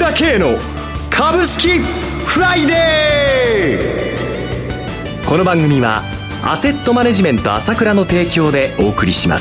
倉慶の株式フライデー。この番組はアセットマネジメント朝倉の提供でお送りします。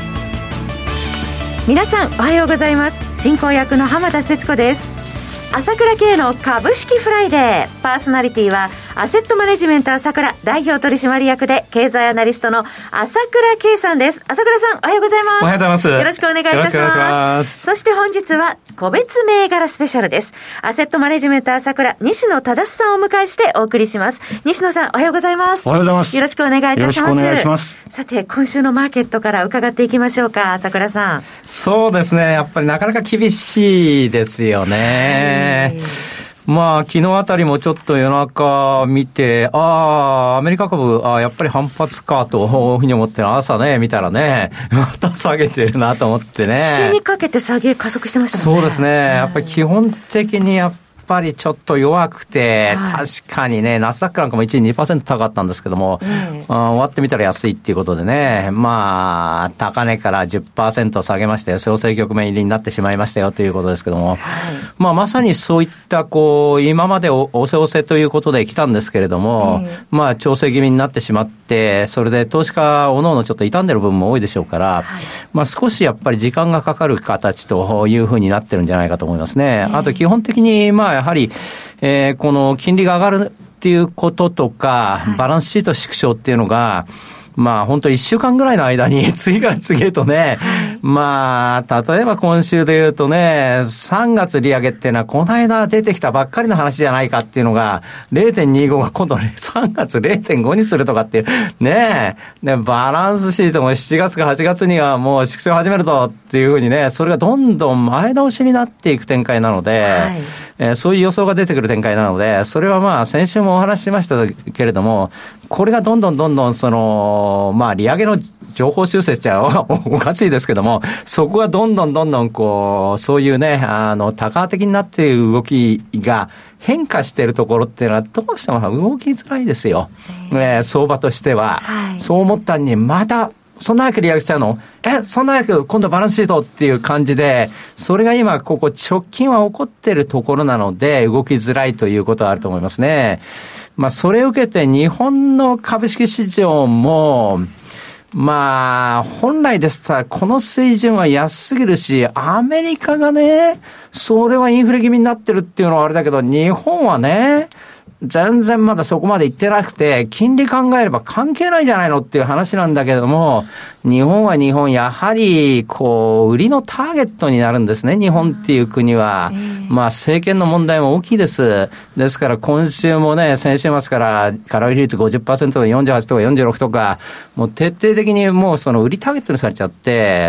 皆さんおはようございます。進行役の浜田節子です。朝倉慶の株式フライデー。パーソナリティはアセットマネジメント朝倉代表取締役で経済アナリストの朝倉慶さんです。朝倉さんおはようございます。 おはようございます。 よろしくお願いいたします。そして本日は個別銘柄スペシャルです。アセットマネジメント朝倉西野忠さんをお迎えしてお送りします。西野さんおはようございます。 おはようございます。 よろしくお願いいたします。 よろしくお願いします。 さて今週のマーケットから伺っていきましょうか。朝倉さん。 そうですね、やっぱりなかなか厳しいですよね。まあ昨日あたりもちょっと夜中見て、アメリカ株やっぱり反発かというふうに思って朝ね見たらねまた下げてるなと思ってね。 引けにかけて下げ加速してましたもんね。 そうですね、やっぱり基本的にやっぱりちょっと弱くて、確かにねナスダックなんかも一時 2% 高かったんですけども、終わってみたら安いっていうことでね、まあ高値から 10% 下げましたよ、調整局面入りになってしまいましたよということですけども、まあまさにそういった今までおせおせということで来たんですけれども、まあ調整気味になってしまって、それで投資家おのおのちょっと傷んでる部分も多いでしょうから、まあ少しやっぱり時間がかかる形というふうになってるんじゃないかと思いますね。あと基本的にまあやはり、この金利が上がるっていうこととか、バランスシート縮小っていうのが、まあ本当1週間ぐらいの間に次から次へとね、まあ例えば今週で言うとね、3月利上げっていうのはこの間出てきたばっかりの話じゃないかっていうのが 0.25 が今度3月 0.5 にするとかっていうねえ、でバランスシートも7月か8月にはもう縮小始めるぞっていうふうにね、それがどんどん前倒しになっていく展開なので、そういう予想が出てくる展開なので、それはまあ先週もお話ししましたけれども、これがどんどんそのまあ利上げの情報修正っちゃおかしいですけども、そこがどんどんそういうね多角的になっている動きが変化しているところっていうのはどうしても動きづらいですよ、相場としては、そう思ったのにまたそんなわけ利上げしちゃうの？そんなわけ今度バランスシートっていう感じで、それが今ここ直近は起こってるところなので動きづらいということはあると思いますね。まあそれを受けて日本の株式市場もまあ本来でしたらこの水準は安すぎるし、アメリカがねそれはインフレ気味になってるっていうのはあれだけど、日本はね全然まだそこまで行ってなくて、金利考えれば関係ないじゃないのっていう話なんだけれども、日本は日本やはり売りのターゲットになるんですね、日本っていう国は。まあ政権の問題も大きいです。ですから今週もね、先週末から空売り率 50% とか48とか46とか、もう徹底的にもうその売りターゲットにされちゃって、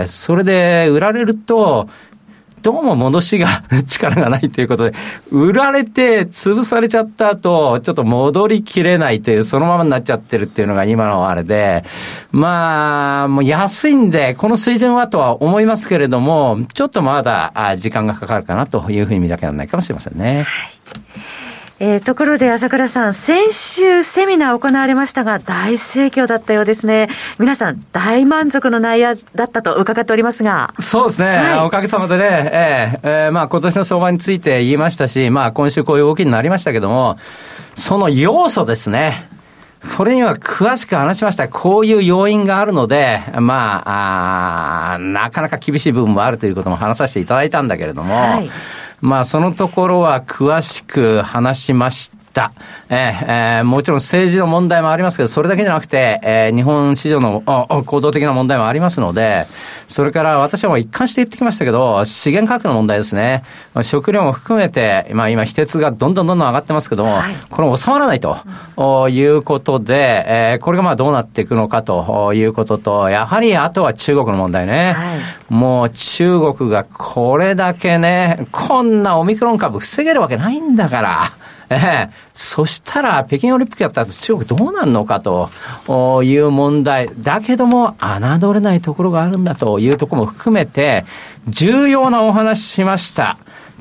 それで売られるとどうも戻しが力がないということで、売られて潰されちゃった後ちょっと戻りきれないという、そのままになっちゃってるっていうのが今のあれで、まあもう安いんでこの水準はとは思いますけれども、ちょっとまだ時間がかかるかなというふうに見なきゃならないかもしれませんね。 ところで朝倉さん、先週セミナー行われましたが大盛況だったようですね。皆さん大満足の内容だったと伺っておりますが。 そうですね、おかげさまでね、まあ今年の相場について言いましたし、まあ今週こういう動きになりましたけども、その要素ですね、これには詳しく話しました。こういう要因があるので、まあなかなか厳しい部分もあるということも話させていただいたんだけれども、まあそのところは詳しく話しました。もちろん政治の問題もありますけど、それだけじゃなくて、日本市場の構造的な問題もありますので、それから私はもう一貫して言ってきましたけど、資源価格の問題ですね。食料も含めて、まあ今非鉄がどんどん上がってますけども、これ収まらないということで、これがまあどうなっていくのかということと、やはりあとは中国の問題ね。もう中国がこれだけね、こんなオミクロン株防げるわけないんだから、そしたら北京オリンピックやったら中国どうなるのかという問題だけども、侮れないところがあるんだというところも含めて重要なお話ししました。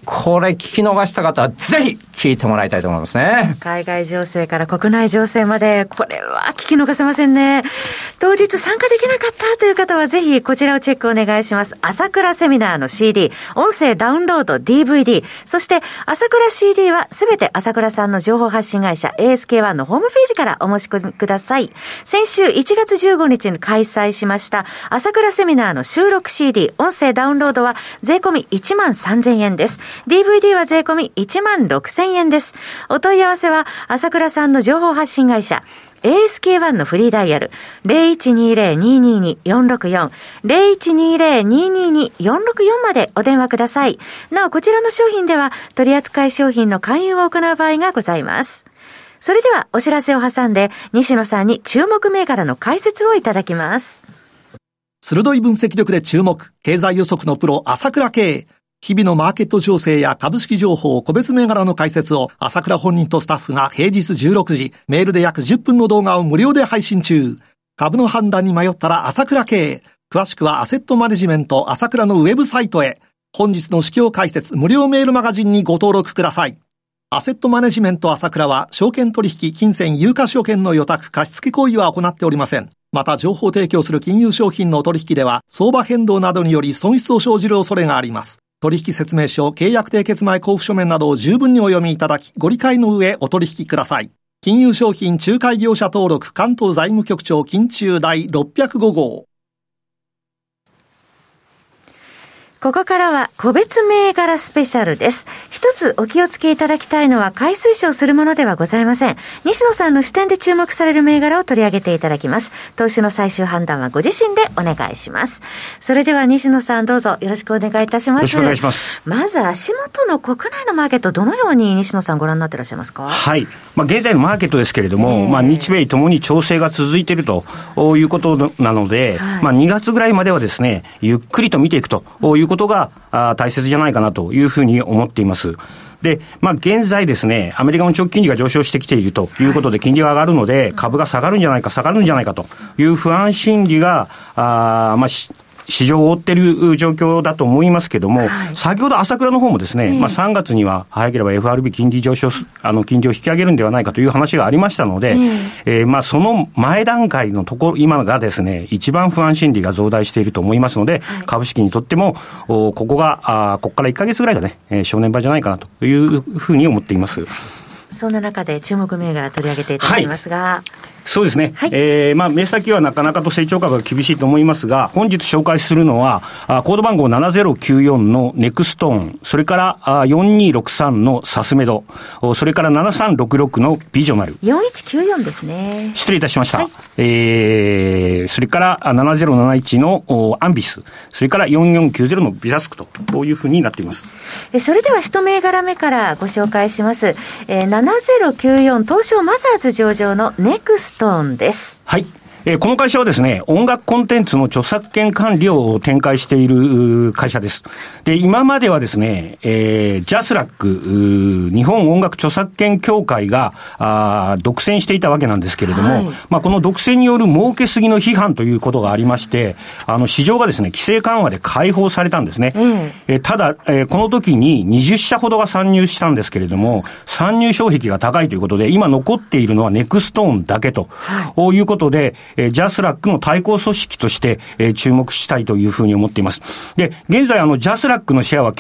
これ聞き逃した方はぜひ聞いてもらいたいと思いますね。 海外情勢から国内情勢まで、これは聞き逃せませんね。当日参加できなかったという方はぜひこちらをチェックお願いします。朝倉セミナーの CD、音声ダウンロード DVD、そして朝倉 CD はすべて朝倉さんの情報発信会社 ASK1 のホームページからお申し込みください。先週1月15日に開催しました朝倉セミナーの収録 CD、音声ダウンロードは税込み13,000円です。DVD は税込み16,000円です。お問い合わせは朝倉さんの情報発信会社ASK1 のフリーダイヤル 0120-222-464 0120-222-464 までお電話ください。なおこちらの商品では取扱い商品の勧誘を行う場合がございます。それではお知らせを挟んで西野さんに注目銘柄の解説をいただきます。 鋭い分析力で注目、経済予測のプロ朝倉慶。日々のマーケット情勢や株式情報、個別銘柄の解説を朝倉本人とスタッフが平日16時、メールで約10分の動画を無料で配信中。株の判断に迷ったら朝倉慶。詳しくはアセットマネジメント朝倉のウェブサイトへ。本日の市況解説無料メールマガジンにご登録ください。アセットマネジメント朝倉は証券取引、金銭、有価証券の予託、貸付行為は行っておりません。また情報提供する金融商品の取引では相場変動などにより損失を生じる恐れがあります。取引説明書、契約締結前交付書面などを十分にお読みいただき、ご理解の上お取引ください。金融商品仲介業者登録関東財務局長金中第605号。 ここからは個別銘柄スペシャルです。一つお気をつけいただきたいのは買い推奨するものではございません。西野さんの視点で注目される銘柄を取り上げていただきます。投資の最終判断はご自身でお願いします。それでは西野さんどうぞよろしくお願いいたします。よろしくお願いします。 まず足元の国内のマーケットどのように西野さんご覧になっていらっしゃいますか。 はい。現在のマーケットですけれども、日米ともに調整が続いているということなので、2月ぐらいまではですね、ゆっくりと見ていくということが大切じゃないかなというふうに思っています。で、現在ですね、アメリカの長期金利が上昇してきているということで、金利が上がるので、株が下がるんじゃないかという不安心理が、市場を覆っている状況だと思いますけども、先ほど朝倉の方もですね、3月には早ければ FRB 金利上昇金利を引き上げるんではないかという話がありましたので、その前段階のところ、今がですね、一番不安心理が増大していると思いますので、株式にとっても、ここから1ヶ月ぐらいがね、正念場じゃないかなというふうに思っています。 そんな中で注目銘柄取り上げていただきますが、 そうですね。目先はなかなかと成長株が厳しいと思いますが、本日紹介するのは、コード番号7094のネクストーン、それから4263のサスメド、それから7366のビジョナル。 4194ですね。 失礼いたしました。それから7071のアンビス、それから4490のビザスクと、こういうふうになっています。 それでは一銘柄目からご紹介します。7094東証マザーズ上場のネクストーンです。 はい。この会社はですね、音楽コンテンツの著作権管理を展開している会社です。で、今まではですね、JASRAC、日本音楽著作権協会が独占していたわけなんですけれども、この独占による儲けすぎの批判ということがありまして、市場がですね、規制緩和で開放されたんですね。ただ、この時に20社ほどが参入したんですけれども、参入障壁が高いということで、今残っているのはネクストーンだけということで、JASRAC の対抗組織として、注目したいというふうに思っています。で、現在JASRAC のシェアは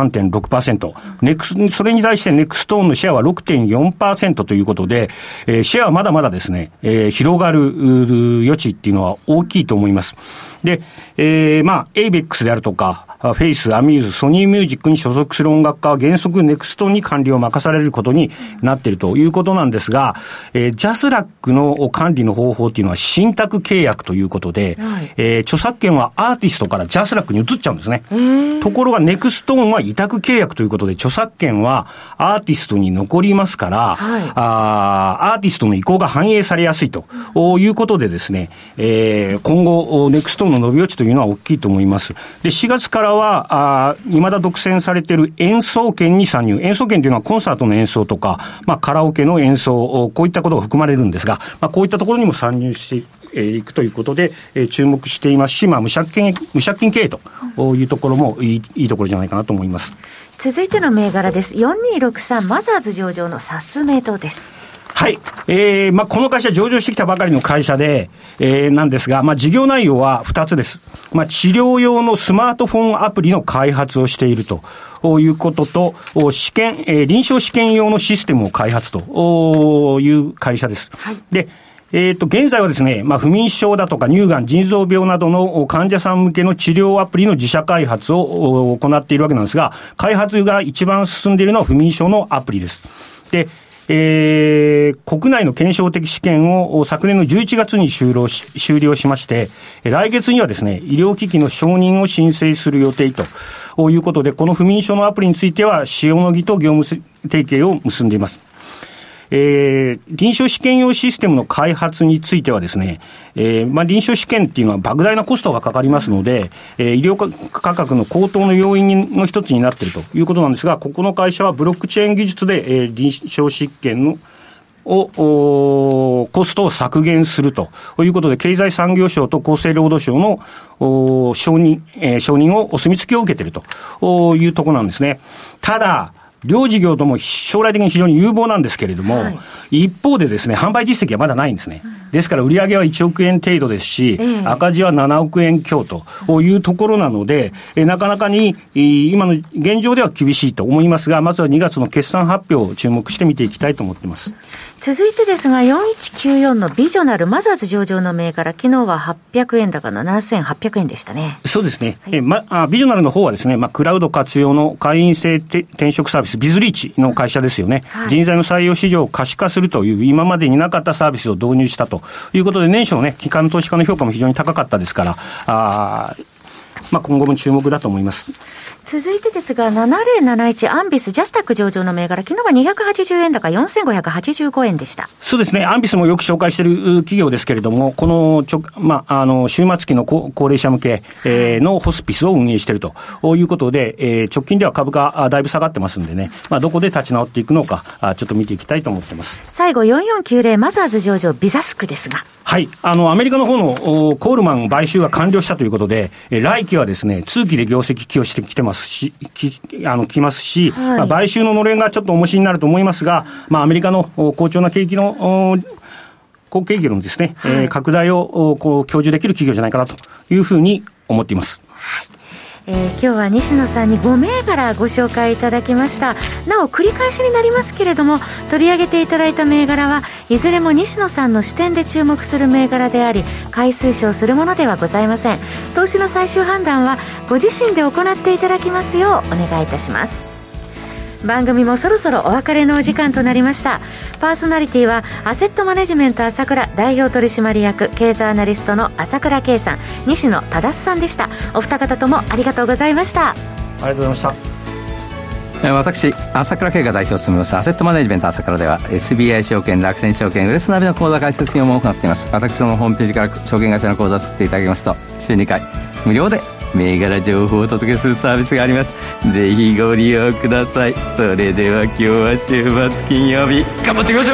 93.6%、それに対してネクストーンのシェアは 6.4% ということで、シェアはまだまだですね、広がる余地っていうのは大きいと思います。で、ABEX であるとか、フェイス、アミューズ、ソニーミュージックに所属する音楽家は原則ネクストに管理を任されることになっているということなんですが、JASRAC の管理の方法っていうのは信託契約ということで、著作権はアーティストから JASRAC に移っちゃうんですね。ところがネクストーンは委託契約ということで、著作権はアーティストに残りますから、アーティストの意向が反映されやすいということでですね、今後ネクストーンの伸び落ちというのは大きいと思います。で、4月からは未だ独占されている演奏権に参入。演奏権というのはコンサートの演奏とか、カラオケの演奏、こういったことが含まれるんですが、こういったところにも参入していくということで、注目していますし、無借金経営というところもいいところじゃないかなと思います。 続いての銘柄です。4263マザーズ上場のサスメドです。 はい。この会社上場してきたばかりの会社で、なんですが、事業内容は2つです。治療用のスマートフォンアプリの開発をしているということと、臨床試験用のシステムを開発という会社です。はい、で、現在はですね、不眠症だとか乳がん、腎臓病などの患者さん向けの治療アプリの自社開発を行っているわけなんですが、開発が一番進んでいるのは不眠症のアプリです。で、国内の検証的試験を昨年の11月に終了しまして、来月にはですね、医療機器の承認を申請する予定ということで、この不眠症のアプリについては、塩野義と業務提携を結んでいます。臨床試験用システムの開発についてはですね、臨床試験っていうのは莫大なコストがかかりますので、医療価格の高騰の要因の一つになっているということなんですが、ここの会社はブロックチェーン技術で、臨床試験のコストを削減するということで、経済産業省と厚生労働省の承認をお墨付きを受けているというところなんですね。ただ、両事業とも将来的に非常に有望なんですけれども、はい、一方でですね、販売実績はまだないんですね。ですから売上は1億円程度ですし、赤字は7億円強というところなので、なかなかに今の現状では厳しいと思いますが、まずは2月の決算発表を注目して見ていきたいと思っています。 続いてですが、4194のビジョナルマザーズ上場の銘柄、昨日は800円高の7800円でしたね。 そうですね。はい、ビジョナルの方はですね、クラウド活用の会員制転職サービス、ビズリーチの会社ですよね。はい、人材の採用市場を可視化するという、今までになかったサービスを導入したということで、年初のね、機関投資家の評価も非常に高かったですから、今後も注目だと思います。 続いてですが、7071アンビスジャスタック上場の銘柄、昨日は280円高4585円でした。 そうですね。アンビスもよく紹介している企業ですけれども、この終末期の高齢者向けのホスピスを運営しているということで、直近では株価だいぶ下がってますんでね、どこで立ち直っていくのか、ちょっと見ていきたいと思っています。 最後4490マザーズ上場ビザスクですが、 はい。アメリカの方のコールマン買収が完了したということで、来期はですね、通期で業績寄与してきてますし、来ますし、はい、買収ののれんがちょっと重しになると思いますが、アメリカの好調な景気の好景気のですね、はい、拡大を享受できる企業じゃないかなというふうに思っています。 はい。今日は西野さんに5銘柄ご紹介いただきました。なお繰り返しになりますけれども、取り上げていただいた銘柄はいずれも西野さんの視点で注目する銘柄であり、買い推奨するものではございません。投資の最終判断はご自身で行っていただきますようお願いいたします。番組もそろそろお別れのお時間となりました。パーソナリティはアセットマネジメント朝倉代表取締役経済アナリストの朝倉圭さん、西野忠さんでした。お二方ともありがとうございました。 ありがとうございました。 私朝倉圭が代表を務めますアセットマネジメント朝倉では SBI 証券、楽天証券、ウレスナビの口座開設業務を行っています。私のホームページから証券会社の口座を作っていただきますと、週2回無料で銘柄情報をお届けするサービスがあります。ぜひご利用ください。それでは今日は週末金曜日、頑張っていきましょう。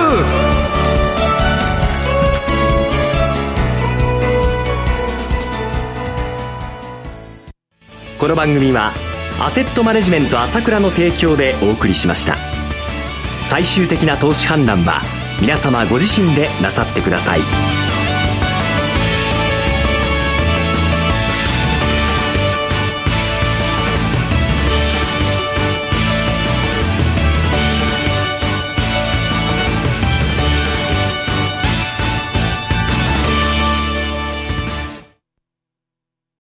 この番組はアセットマネジメント朝倉の提供でお送りしました。最終的な投資判断は皆様ご自身でなさってください。